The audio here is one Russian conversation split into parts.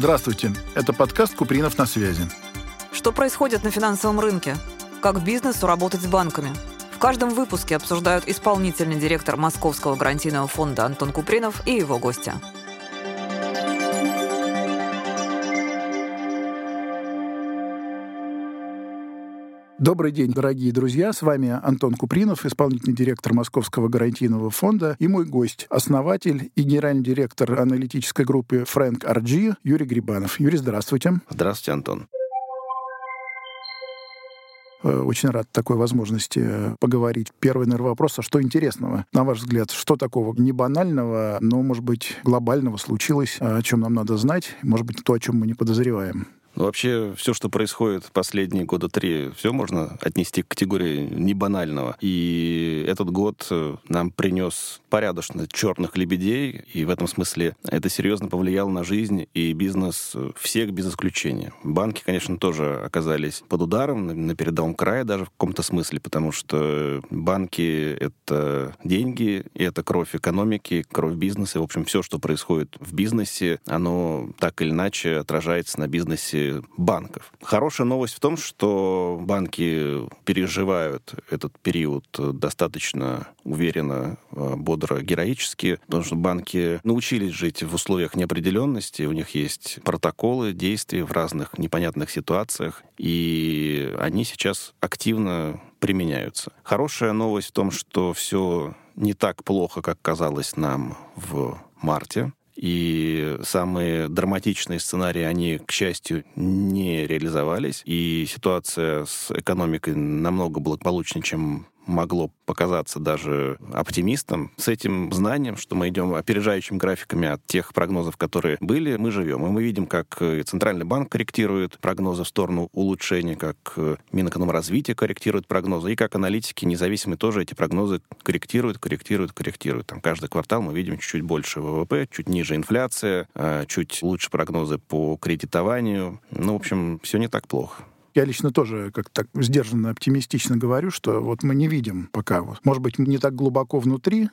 Здравствуйте. Это подкаст «Купринов на связи». Что происходит на финансовом рынке? Как бизнесу работать с банками? В каждом выпуске обсуждают исполнительный директор Московского гарантийного фонда Антон Купринов и его гости. Добрый день, дорогие друзья. С вами Антон Купринов, исполнительный директор Московского гарантийного фонда, и мой гость, основатель и генеральный директор аналитической группы Frank RG Юрий Грибанов. Юрий, здравствуйте. Здравствуйте, Антон. Очень рад такой возможности поговорить. Первый, наверное, вопрос, а что интересного? На ваш взгляд, что такого не банального, но, может быть, глобального случилось, о чем нам надо знать, может быть, то, о чем мы не подозреваем? Ну, вообще, все, что происходит последние года 3, все можно отнести к категории небанального. И этот год нам принес порядочно черных лебедей, и в этом смысле это серьезно повлияло на жизнь и бизнес всех без исключения. Банки, конечно, тоже оказались под ударом, на передовом крае даже в каком-то смысле, потому что банки — это деньги, и это кровь экономики, кровь бизнеса. И, в общем, все, что происходит в бизнесе, оно так или иначе отражается на бизнесе банков. Хорошая новость в том, что банки переживают этот период достаточно уверенно, бодро, героически, потому что банки научились жить в условиях неопределенности, у них есть протоколы действий в разных непонятных ситуациях, и они сейчас активно применяются. Хорошая новость в том, что все не так плохо, как казалось нам в марте. И самые драматичные сценарии, они, к счастью, не реализовались. И ситуация с экономикой намного благополучнее, чем могло показаться даже оптимистам. С этим знанием, что мы идем опережающими графиками от тех прогнозов, которые были, мы живем. И мы видим, как Центральный банк корректирует прогнозы в сторону улучшения, как Минэкономразвитие корректирует прогнозы, и как аналитики независимые тоже эти прогнозы корректируют. Там каждый квартал мы видим чуть-чуть больше ВВП, чуть ниже инфляция, чуть лучше прогнозы по кредитованию. Ну, в общем, все не так плохо. Я лично тоже как-то сдержанно, оптимистично говорю, что вот мы не видим пока. Может быть, не так глубоко внутри,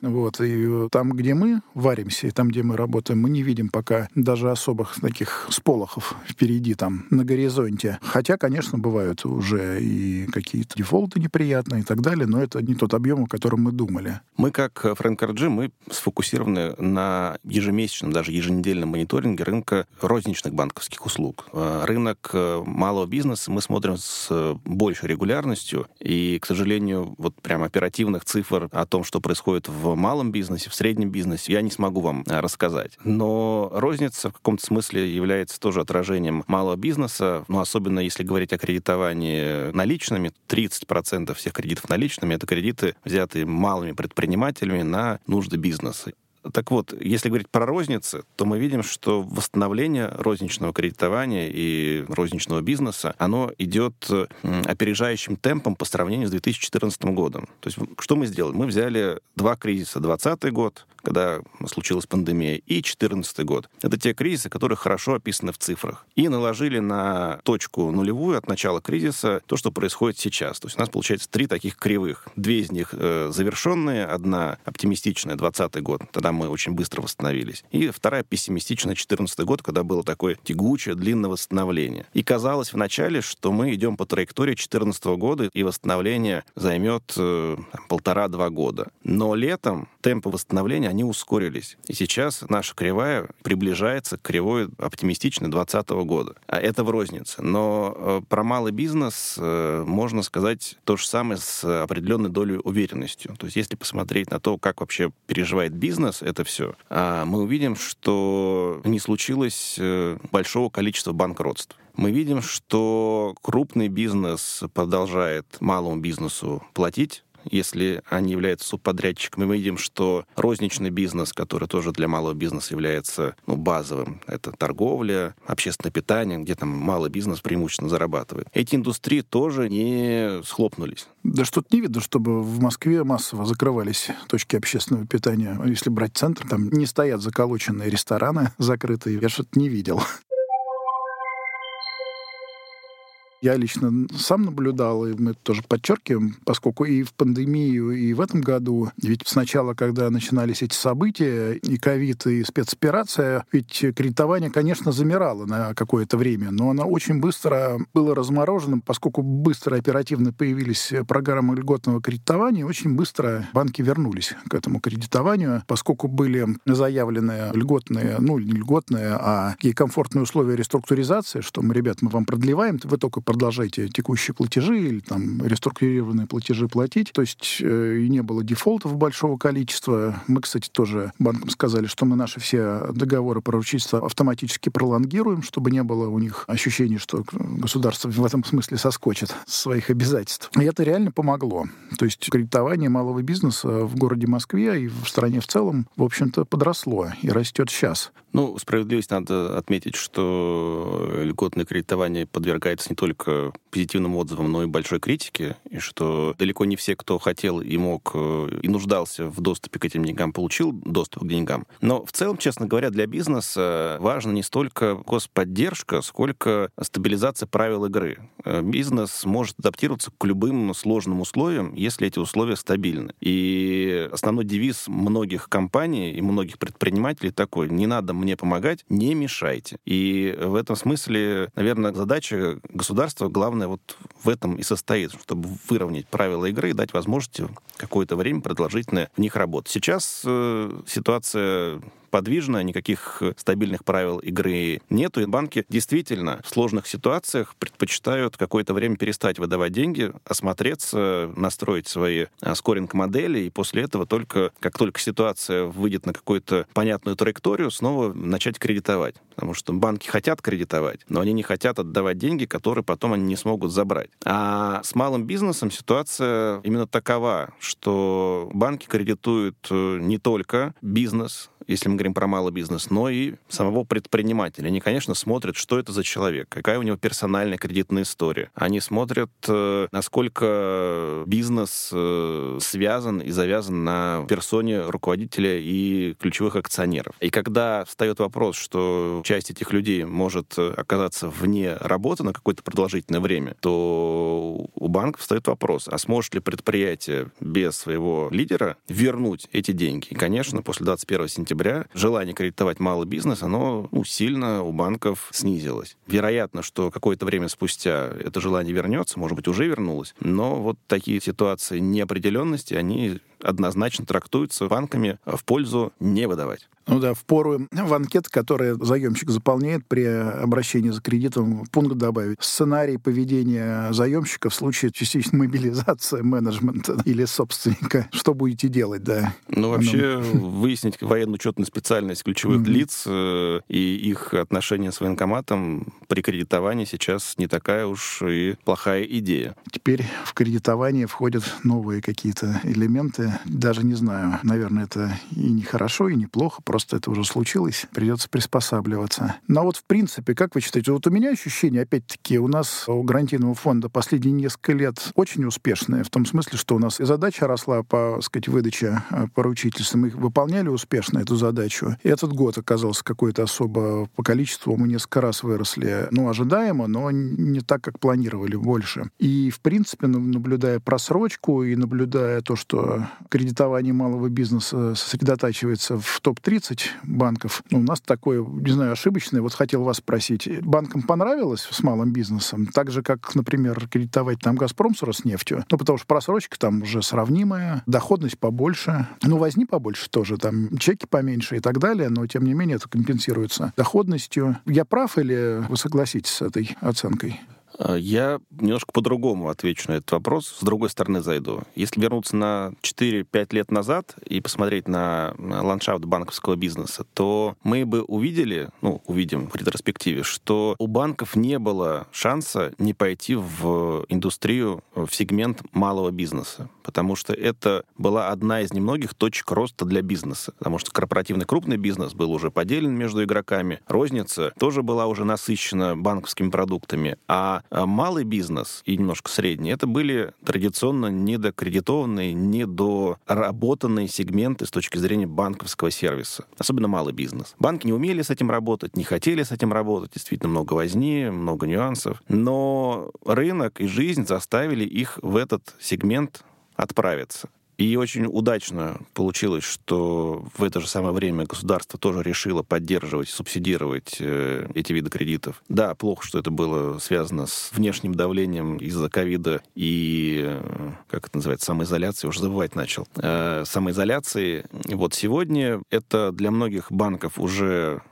и там, где мы варимся, и там, где мы работаем, мы не видим пока даже особых таких сполохов впереди, там, на горизонте. Хотя, конечно, бывают уже и какие-то дефолты неприятные и так далее, но это не тот объем, о котором мы думали. Мы, как Frank RG, мы сфокусированы на ежемесячном, даже еженедельном мониторинге рынка розничных банковских услуг. Рынок малого бизнеса мы смотрим с большей регулярностью, и, к сожалению, вот прям оперативных цифр о том, что происходит в малом бизнесе, в среднем бизнесе, я не смогу вам рассказать. Но розница в каком-то смысле является тоже отражением малого бизнеса, но особенно если говорить о кредитовании наличными, 30% всех кредитов наличными — это кредиты, взятые малыми предпринимателями на нужды бизнеса. Так вот, если говорить про розницы, то мы видим, что восстановление розничного кредитования и розничного бизнеса, оно идет опережающим темпом по сравнению с 2014 годом. То есть что мы сделали? Мы взяли два кризиса. 2020 год, когда случилась пандемия, и 2014 год. Это те кризисы, которые хорошо описаны в цифрах. И наложили на точку нулевую от начала кризиса то, что происходит сейчас. То есть у нас получается 3 таких кривых. 2 из них завершенные, одна оптимистичная, 2020 год, тогда мы очень быстро восстановились. И вторая пессимистичная, 2014 год, когда было такое тягучее, длинное восстановление. И казалось вначале, что мы идем по траектории 2014 года, и восстановление займет 1,5-2 года. Но летом темпы восстановления, они ускорились. И сейчас наша кривая приближается к кривой оптимистичной 2020 года. А это в рознице. Но про малый бизнес можно сказать то же самое с определенной долей уверенностью. То есть если посмотреть на то, как вообще переживает бизнес это все, мы увидим, что не случилось большого количества банкротств. Мы видим, что крупный бизнес продолжает малому бизнесу платить, если они являются субподрядчиками. Мы видим, что розничный бизнес, который тоже для малого бизнеса является базовым, это торговля, общественное питание, где там малый бизнес преимущественно зарабатывает. Эти индустрии тоже не схлопнулись. Да что-то не видно, чтобы в Москве массово закрывались точки общественного питания. Если брать центр, там не стоят заколоченные рестораны закрытые. Я что-то не видел. Я лично сам наблюдал, и мы тоже подчеркиваем, поскольку и в пандемию, и в этом году, ведь сначала, когда начинались эти события, и ковид, и спецоперация, ведь кредитование, конечно, замирало на какое-то время, но оно очень быстро было разморожено, поскольку быстро, оперативно появились программы льготного кредитования, очень быстро банки вернулись к этому кредитованию, поскольку были заявлены льготные, не льготные, а такие комфортные условия реструктуризации, что мы, ребят, мы вам продлеваем, вы только продолжайте текущие платежи или там реструктурированные платежи платить. То есть и не было дефолтов большого количества. Мы, кстати, тоже банкам сказали, что мы наши все договоры поручительства автоматически пролонгируем, чтобы не было у них ощущения, что государство в этом смысле соскочит с своих обязательств. И это реально помогло. То есть кредитование малого бизнеса в городе Москве и в стране в целом, в общем-то, подросло и растет сейчас. Справедливости надо отметить, что льготное кредитование подвергается не только позитивным отзывам, но и большой критике, и что далеко не все, кто хотел и мог, и нуждался в доступе к этим деньгам, получил доступ к деньгам. Но в целом, честно говоря, для бизнеса важно не столько господдержка, сколько стабилизация правил игры. Бизнес может адаптироваться к любым сложным условиям, если эти условия стабильны. И основной девиз многих компаний и многих предпринимателей такой: не надо мне помогать, не мешайте. И в этом смысле, наверное, задача государства главное вот в этом и состоит, чтобы выровнять правила игры и дать возможность какое-то время продолжительное в них работать. Сейчас ситуация подвижно, никаких стабильных правил игры нету, и банки действительно в сложных ситуациях предпочитают какое-то время перестать выдавать деньги, осмотреться, настроить свои скоринг-модели, и после этого как только ситуация выйдет на какую-то понятную траекторию, снова начать кредитовать. Потому что банки хотят кредитовать, но они не хотят отдавать деньги, которые потом они не смогут забрать. А с малым бизнесом ситуация именно такова, что банки кредитуют не только бизнес, если мы говорим про малый бизнес, но и самого предпринимателя. Они, конечно, смотрят, что это за человек, какая у него персональная кредитная история. Они смотрят, насколько бизнес связан и завязан на персоне руководителя и ключевых акционеров. И когда встает вопрос, что часть этих людей может оказаться вне работы на какое-то продолжительное время, то у банка встает вопрос, а сможет ли предприятие без своего лидера вернуть эти деньги? И, конечно, после 21 сентября желание кредитовать малый бизнес, оно сильно у банков снизилось. Вероятно, что какое-то время спустя это желание вернется, может быть, уже вернулось, но вот такие ситуации неопределенности, они однозначно трактуются банками в пользу не выдавать. Впору в анкету, которую заемщик заполняет при обращении за кредитом, пункт добавить: сценарий поведения заемщика в случае частичной мобилизации менеджмента или собственника. Что будете делать, да? Вообще, выяснить военно-учетную специальность ключевых лиц и их отношения с военкоматом при кредитовании сейчас не такая уж и плохая идея. Теперь в кредитование входят новые какие-то элементы. Даже не знаю, наверное, это и не хорошо, и не плохо, просто это уже случилось, придется приспосабливаться. Но в принципе, как вы считаете, у меня ощущение, опять-таки, у нас у гарантийного фонда последние несколько лет очень успешные, в том смысле, что у нас и задача росла по, выдаче поручительства, мы выполняли успешно эту задачу. И этот год оказался какой-то особо по количеству, мы несколько раз выросли, ожидаемо, но не так, как планировали, больше. И, в принципе, наблюдая просрочку и наблюдая то, что кредитование малого бизнеса сосредотачивается в топ-30 банков, у нас такое, не знаю, ошибочное. Хотел вас спросить, банкам понравилось с малым бизнесом? Так же, как, например, кредитовать там «Газпром» с «Роснефтью», потому что просрочка там уже сравнимая, доходность побольше, возни побольше тоже, там чеки поменьше и так далее, но, тем не менее, это компенсируется доходностью. Я прав или вы согласитесь с этой оценкой? Я немножко по-другому отвечу на этот вопрос, с другой стороны зайду. Если вернуться на 4-5 лет назад и посмотреть на ландшафт банковского бизнеса, то мы бы увидим в ретроспективе, что у банков не было шанса не пойти в индустрию, в сегмент малого бизнеса, потому что это была одна из немногих точек роста для бизнеса, потому что корпоративный крупный бизнес был уже поделен между игроками, розница тоже была уже насыщена банковскими продуктами, а А малый бизнес и немножко средний — это были традиционно недокредитованные, недоработанные сегменты с точки зрения банковского сервиса. Особенно малый бизнес. Банки не умели с этим работать, не хотели с этим работать. Действительно много возни, много нюансов. Но рынок и жизнь заставили их в этот сегмент отправиться. И очень удачно получилось, что в это же самое время государство тоже решило поддерживать, субсидировать эти виды кредитов. Да, плохо, что это было связано с внешним давлением из-за ковида и, как это называется, самоизоляции, уже забывать начал. Самоизоляции. Вот сегодня это для многих банков уже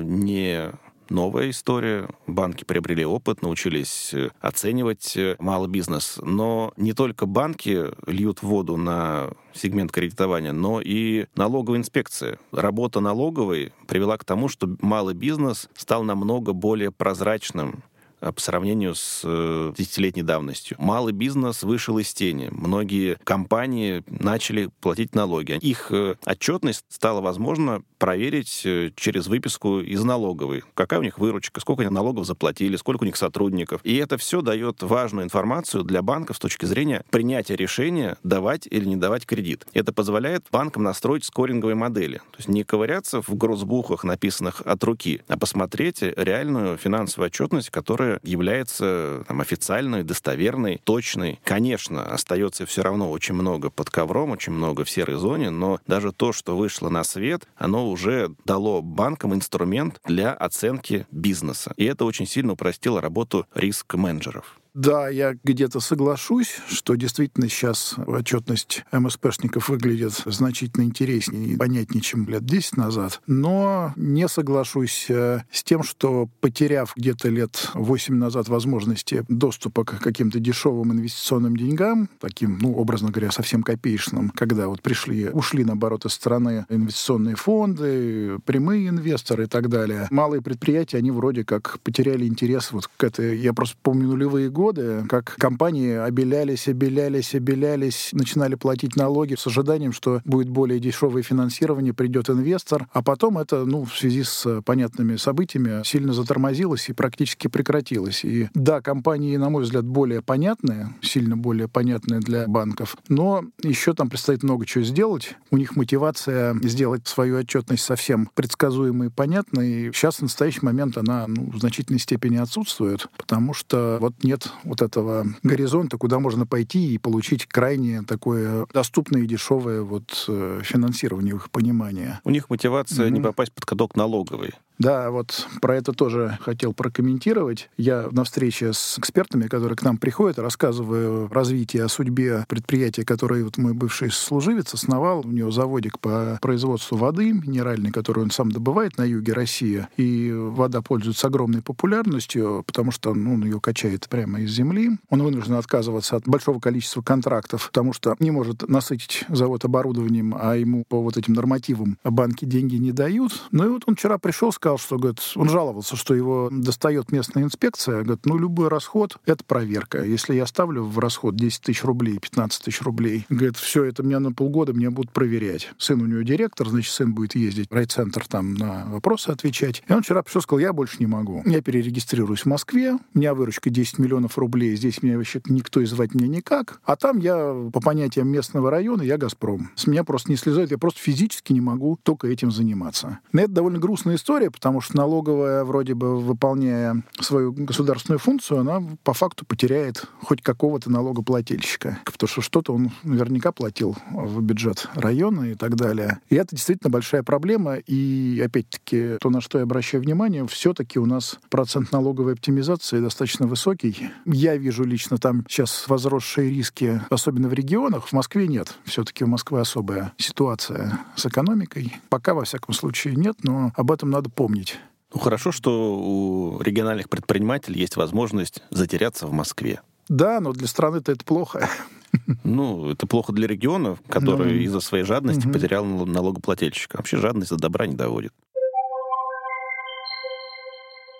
не новая история. Банки приобрели опыт, научились оценивать малый бизнес. Но не только банки льют воду на сегмент кредитования, но и налоговая инспекция. Работа налоговой привела к тому, что малый бизнес стал намного более прозрачным по сравнению с десятилетней давностью. Малый бизнес вышел из тени. Многие компании начали платить налоги. Их отчетность стала возможно проверить через выписку из налоговой. Какая у них выручка, сколько они налогов заплатили, сколько у них сотрудников. И это все дает важную информацию для банков с точки зрения принятия решения, давать или не давать кредит. Это позволяет банкам настроить скоринговые модели. То есть не ковыряться в гроссбухах, написанных от руки, а посмотреть реальную финансовую отчетность, которая является официальной, достоверной, точной. Конечно, остается все равно очень много под ковром, очень много в серой зоне, но даже то, что вышло на свет, оно уже дало банкам инструмент для оценки бизнеса. И это очень сильно упростило работу риск-менеджеров. Да, я где-то соглашусь, что действительно сейчас отчетность МСПшников выглядит значительно интереснее и понятнее, чем лет 10 назад. Но не соглашусь с тем, что, потеряв где-то лет 8 назад возможности доступа к каким-то дешевым инвестиционным деньгам, таким, образно говоря, совсем копеечным, когда ушли, наоборот, из страны инвестиционные фонды, прямые инвесторы и так далее, малые предприятия, они вроде как потеряли интерес к этой... Я просто помню нулевые годы, как компании обелялись, начинали платить налоги с ожиданием, что будет более дешевое финансирование, придет инвестор, а потом это, в связи с понятными событиями, сильно затормозилось и практически прекратилось. И да, компании, на мой взгляд, более понятные, сильно более понятные для банков, но еще там предстоит много чего сделать. У них мотивация сделать свою отчетность совсем предсказуемой и понятной. Сейчас, в настоящий момент, она в значительной степени отсутствует, потому что нет этого горизонта, куда можно пойти и получить крайне такое доступное и дешевое финансирование в их понимании. У них мотивация не попасть под каток налоговой. Да, про это тоже хотел прокомментировать. Я на встрече с экспертами, которые к нам приходят, рассказываю развитие, о судьбе предприятия, которое мой бывший служивец основал. У него заводик по производству воды минеральной, которую он сам добывает на юге России. И вода пользуется огромной популярностью, потому что он ее качает прямо из земли. Он вынужден отказываться от большого количества контрактов, потому что не может насытить завод оборудованием, а ему по этим нормативам банки деньги не дают. Ну и он вчера пришел, сказал, что, он жаловался, что его достает местная инспекция. Говорит, любой расход — это проверка. Если я ставлю в расход 10 тысяч рублей, 15 тысяч рублей, говорит, все, это меня на полгода будут проверять. Сын у него директор, значит, сын будет ездить в райцентр там на вопросы отвечать. И он вчера пришел, сказал, я больше не могу. Я перерегистрируюсь в Москве, у меня выручка 10 миллионов рублей, здесь меня вообще никто и звать меня никак, а там я, по понятиям местного района, я «Газпром». С меня просто не слезает, я просто физически не могу только этим заниматься. Но это довольно грустная история, потому что налоговая, вроде бы выполняя свою государственную функцию, она по факту потеряет хоть какого-то налогоплательщика. Потому что что-то он наверняка платил в бюджет района и так далее. И это действительно большая проблема. И, опять-таки, то, на что я обращаю внимание, все-таки у нас процент налоговой оптимизации достаточно высокий. Я вижу лично там сейчас возросшие риски, особенно в регионах. В Москве нет. Все-таки у Москвы особая ситуация с экономикой. Пока, во всяком случае, нет, но об этом надо помнить. Хорошо, что у региональных предпринимателей есть возможность затеряться в Москве. Да, но для страны-то это плохо. Это плохо для регионов, которые из-за своей жадности потерял налогоплательщика. Вообще жадность до добра не доводит.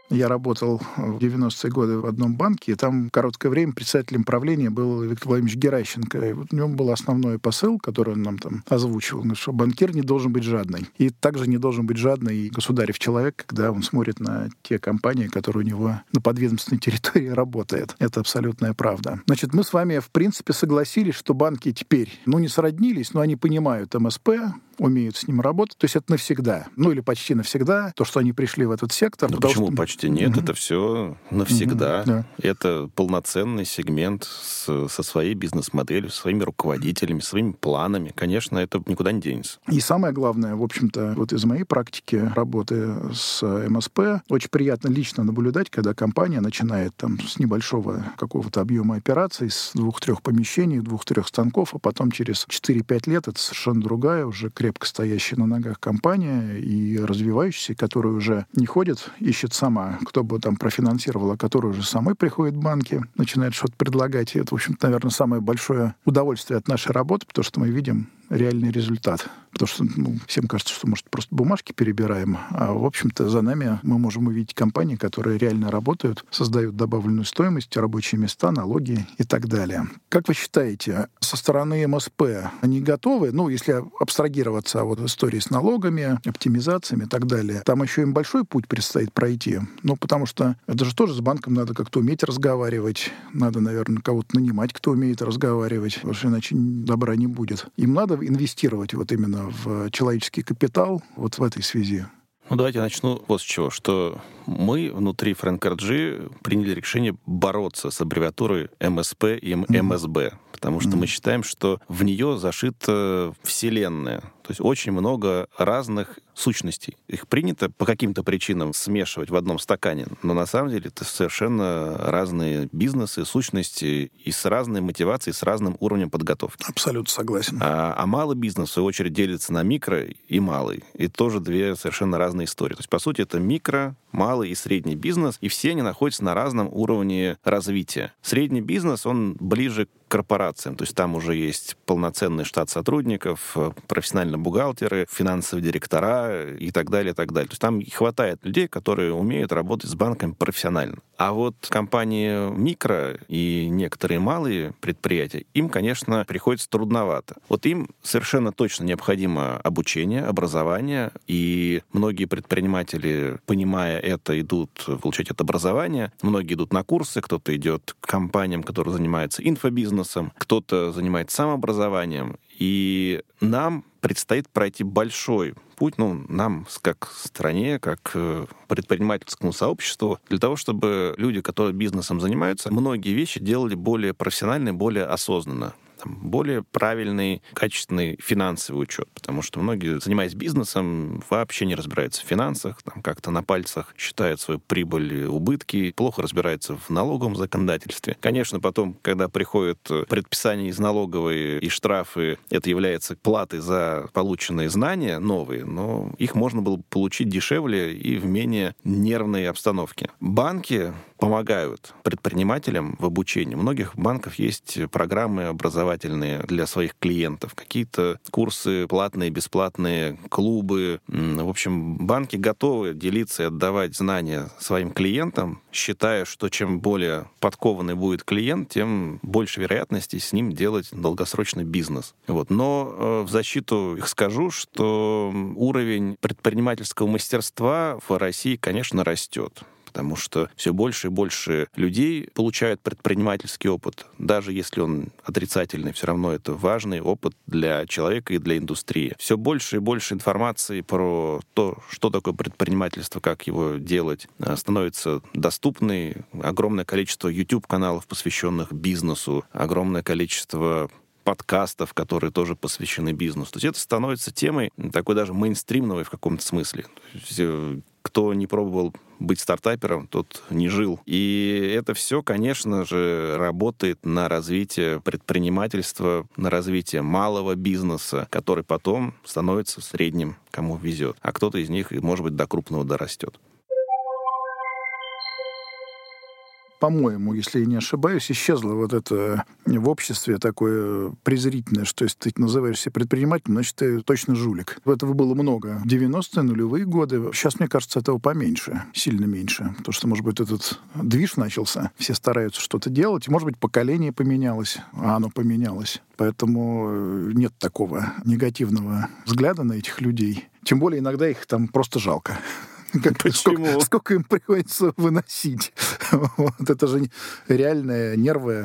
Я работал в 90-е годы в одном банке, и там короткое время председателем правления был Виктор Владимирович Геращенко. И вот у него был основной посыл, который он нам там озвучивал, что банкир не должен быть жадный. И также не должен быть жадный и государев человек, когда он смотрит на те компании, которые у него на подведомственной территории работают. Это абсолютная правда. Значит, мы с вами, в принципе, согласились, что банки теперь, не сроднились, но они понимают МСП, умеют с ним работать. То есть это навсегда. Или почти навсегда. То, что они пришли в этот сектор. Почему почти нет? Это все навсегда. Да. Это полноценный сегмент со своей бизнес-моделью, со своими руководителями, своими планами. Конечно, это никуда не денется. И самое главное, в общем-то, вот из моей практики работы с МСП, очень приятно лично наблюдать, когда компания начинает там с небольшого какого-то объема операций, с 2-3 помещений, 2-3 станков, а потом через 4-5 лет это совершенно другая, уже крепко стоящая на ногах компания и развивающаяся, которая уже не ходит, ищет сама, кто бы там профинансировал, а которая уже самой приходит в банки, начинает что-то предлагать. И это, в общем-то, наверное, самое большое удовольствие от нашей работы, потому что мы видим реальный результат. Потому что всем кажется, что, может, просто бумажки перебираем, а, в общем-то, за нами мы можем увидеть компании, которые реально работают, создают добавленную стоимость, рабочие места, налоги и так далее. Как вы считаете, со стороны МСП они готовы, если абстрагироваться от истории с налогами, оптимизациями и так далее, там еще им большой путь предстоит пройти? Потому что это же тоже с банком надо как-то уметь разговаривать, надо, наверное, кого-то нанимать, кто умеет разговаривать, потому что иначе добра не будет. Им надо инвестировать вот именно в человеческий капитал вот в этой связи. Давайте я начну вот с чего, что мы внутри FrankRG приняли решение бороться с аббревиатурой МСП и МСБ, потому что мы считаем, что в нее зашита вселенная. То есть очень много разных сущностей. Их принято по каким-то причинам смешивать в одном стакане, но на самом деле это совершенно разные бизнесы, сущности и с разной мотивацией, с разным уровнем подготовки. Абсолютно согласен. А малый бизнес, в свою очередь, делится на микро и малый. И тоже две совершенно разные истории. То есть, по сути, это микро, малый и средний бизнес, и все они находятся на разном уровне развития. Средний бизнес, он ближе к корпорациям, то есть там уже есть полноценный штат сотрудников, профессиональные бухгалтеры, финансовые директора и так далее, и так далее. То есть там хватает людей, которые умеют работать с банками профессионально. А вот компании микро и некоторые малые предприятия, им, конечно, приходится трудновато. Вот им совершенно точно необходимо обучение, образование, и многие предприниматели, понимая это, идут получать это образование. Многие идут на курсы, кто-то идет к компаниям, которые занимаются инфобизнесом, кто-то занимается самообразованием. И нам предстоит пройти большой путь, нам как стране, как предпринимательскому сообществу, для того, чтобы люди, которые бизнесом занимаются, многие вещи делали более профессионально, более осознанно. Более правильный, качественный финансовый учет, потому что многие, занимаясь бизнесом, вообще не разбираются в финансах, как-то на пальцах считают свою прибыль, убытки, плохо разбираются в налоговом законодательстве. Конечно, потом, когда приходят предписания из налоговой и штрафы, это является платой за полученные знания новые, но их можно было получить дешевле и в менее нервной обстановке. Банки помогают предпринимателям в обучении. У многих банков есть программы образовательные для своих клиентов, какие-то курсы платные, бесплатные, клубы. В общем, банки готовы делиться и отдавать знания своим клиентам, считая, что чем более подкованный будет клиент, тем больше вероятности с ним делать долгосрочный бизнес. Но в защиту их скажу, что уровень предпринимательского мастерства в России, конечно, растет. Потому что все больше и больше людей получают предпринимательский опыт. Даже если он отрицательный, все равно это важный опыт для человека и для индустрии. Все больше и больше информации про то, что такое предпринимательство, как его делать, становится доступной. Огромное количество YouTube-каналов, посвященных бизнесу, огромное количество подкастов, которые тоже посвящены бизнесу. То есть это становится темой такой даже мейнстримной в каком-то смысле. Кто не пробовал быть стартапером, тот не жил. И это все, конечно же, работает на развитие предпринимательства, на развитие малого бизнеса, который потом становится средним, кому везет. А кто-то из них, может быть, до крупного дорастет. по-моему, если я не ошибаюсь, исчезло вот это в обществе такое презрительное, что если ты называешься предпринимателем, значит, ты точно жулик. Этого было много в 90-е, нулевые годы. Сейчас, мне кажется, этого поменьше, сильно меньше. Потому что, может быть, этот движ начался, все стараются что-то делать, и, может быть, поколение поменялось, а оно поменялось. Поэтому нет такого негативного взгляда на этих людей. Тем более иногда их там просто жалко. Почему? Сколько им приходится выносить. Вот, это же реальные нервы,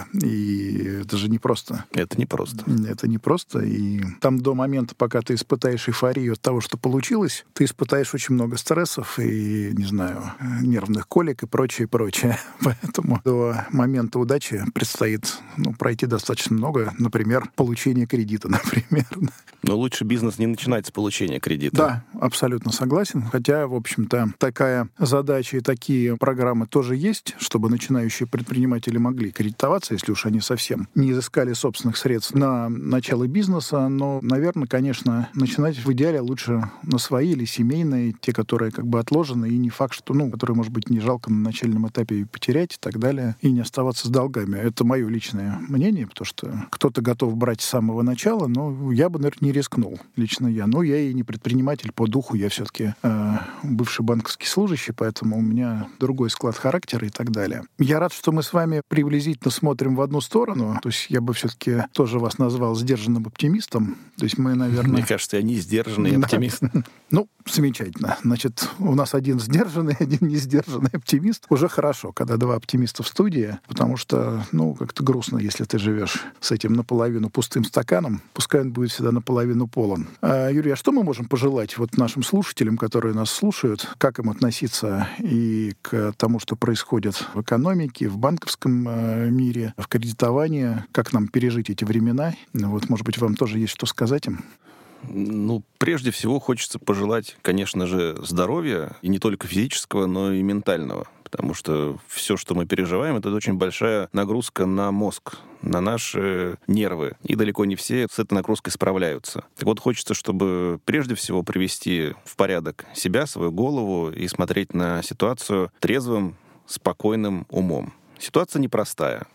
и это же непросто. Это непросто. Это непросто. И там до момента, пока ты испытаешь эйфорию от того, что получилось, ты испытаешь очень много стрессов и, не знаю, нервных колик и прочее, прочее. Поэтому до момента удачи предстоит пройти достаточно много. Например, получение кредита, например. Но лучше бизнес не начинать с получения кредита. Да, абсолютно согласен. Хотя, в общем-то, такая задача и такие программы тоже есть, чтобы начинающие предприниматели могли кредитоваться, если уж они совсем не изыскали собственных средств на начало бизнеса. Но, наверное, конечно, начинать в идеале лучше на свои или семейные, те, которые как бы отложены, и не факт, что, которые, может быть, не жалко на начальном этапе потерять и так далее, и не оставаться с долгами. Это мое личное мнение, потому что кто-то готов брать с самого начала, но я бы, наверное, не рискнул. Лично я. Но я и не предприниматель по духу, я все-таки бывший банковский служащий, поэтому у меня другой склад характера и так далее. Я рад, что мы с вами приблизительно смотрим в одну сторону. То есть я бы все-таки тоже вас назвал сдержанным оптимистом. То есть мы, наверное... Мне кажется, я не сдержанный оптимист. Замечательно. Значит, у нас один сдержанный, один не сдержанный оптимист. Уже хорошо, когда два оптимиста в студии, потому что, как-то грустно, если ты живешь с этим наполовину пустым стаканом. Пускай он будет всегда наполовину полон. Юрий, а что мы можем пожелать нашим слушателям, которые нас слушают, как им относиться и к тому, что происходит в экономике, в банковском мире, в кредитовании, как нам пережить эти времена? Может быть, вам тоже есть что сказать им? Прежде всего хочется пожелать, конечно же, здоровья, и не только физического, но и ментального. Потому что все, что мы переживаем, это очень большая нагрузка на мозг, на наши нервы. И далеко не все с этой нагрузкой справляются. Так вот, хочется, чтобы прежде всего привести в порядок себя, свою голову и смотреть на ситуацию трезвым, спокойным умом. Ситуация непростая.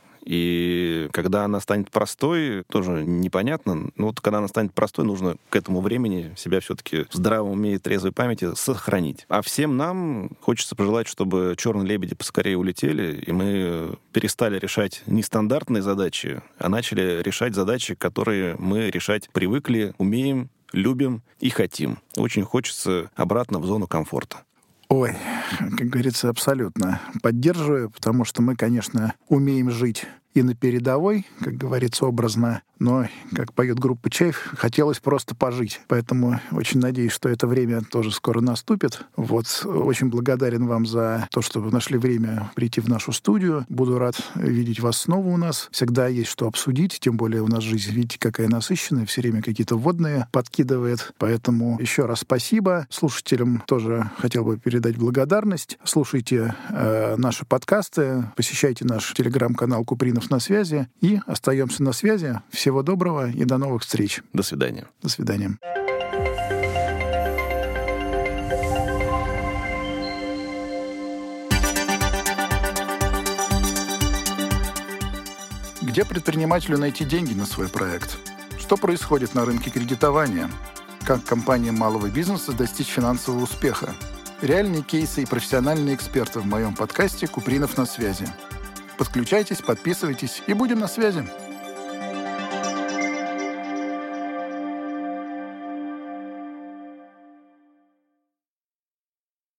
И когда она станет простой, тоже непонятно. Но когда она станет простой, нужно к этому времени себя все-таки в здравом уме и трезвой памяти сохранить. А всем нам хочется пожелать, чтобы черные лебеди поскорее улетели, и мы перестали решать нестандартные задачи, а начали решать задачи, которые мы решать привыкли, умеем, любим и хотим. Очень хочется обратно в зону комфорта. Ой, как говорится, абсолютно поддерживаю, потому что мы, конечно, умеем жить и на передовой, как говорится, образно, но, как поет группа «Чайф», хотелось просто пожить. Поэтому очень надеюсь, что это время тоже скоро наступит. Очень благодарен вам за то, что вы нашли время прийти в нашу студию. Буду рад видеть вас снова у нас. Всегда есть что обсудить, тем более у нас жизнь, видите, какая насыщенная, все время какие-то вводные подкидывает. Поэтому еще раз спасибо. Слушателям тоже хотел бы передать благодарность. Слушайте наши подкасты, посещайте наш телеграм-канал «Купринов на связи» и остаемся на связи. Всего доброго и до новых встреч. До свидания. До свидания. Где предпринимателю найти деньги на свой проект? Что происходит на рынке кредитования? Как компаниям малого бизнеса достичь финансового успеха? Реальные кейсы и профессиональные эксперты в моем подкасте «Купринов на связи». Подключайтесь, подписывайтесь и будем на связи.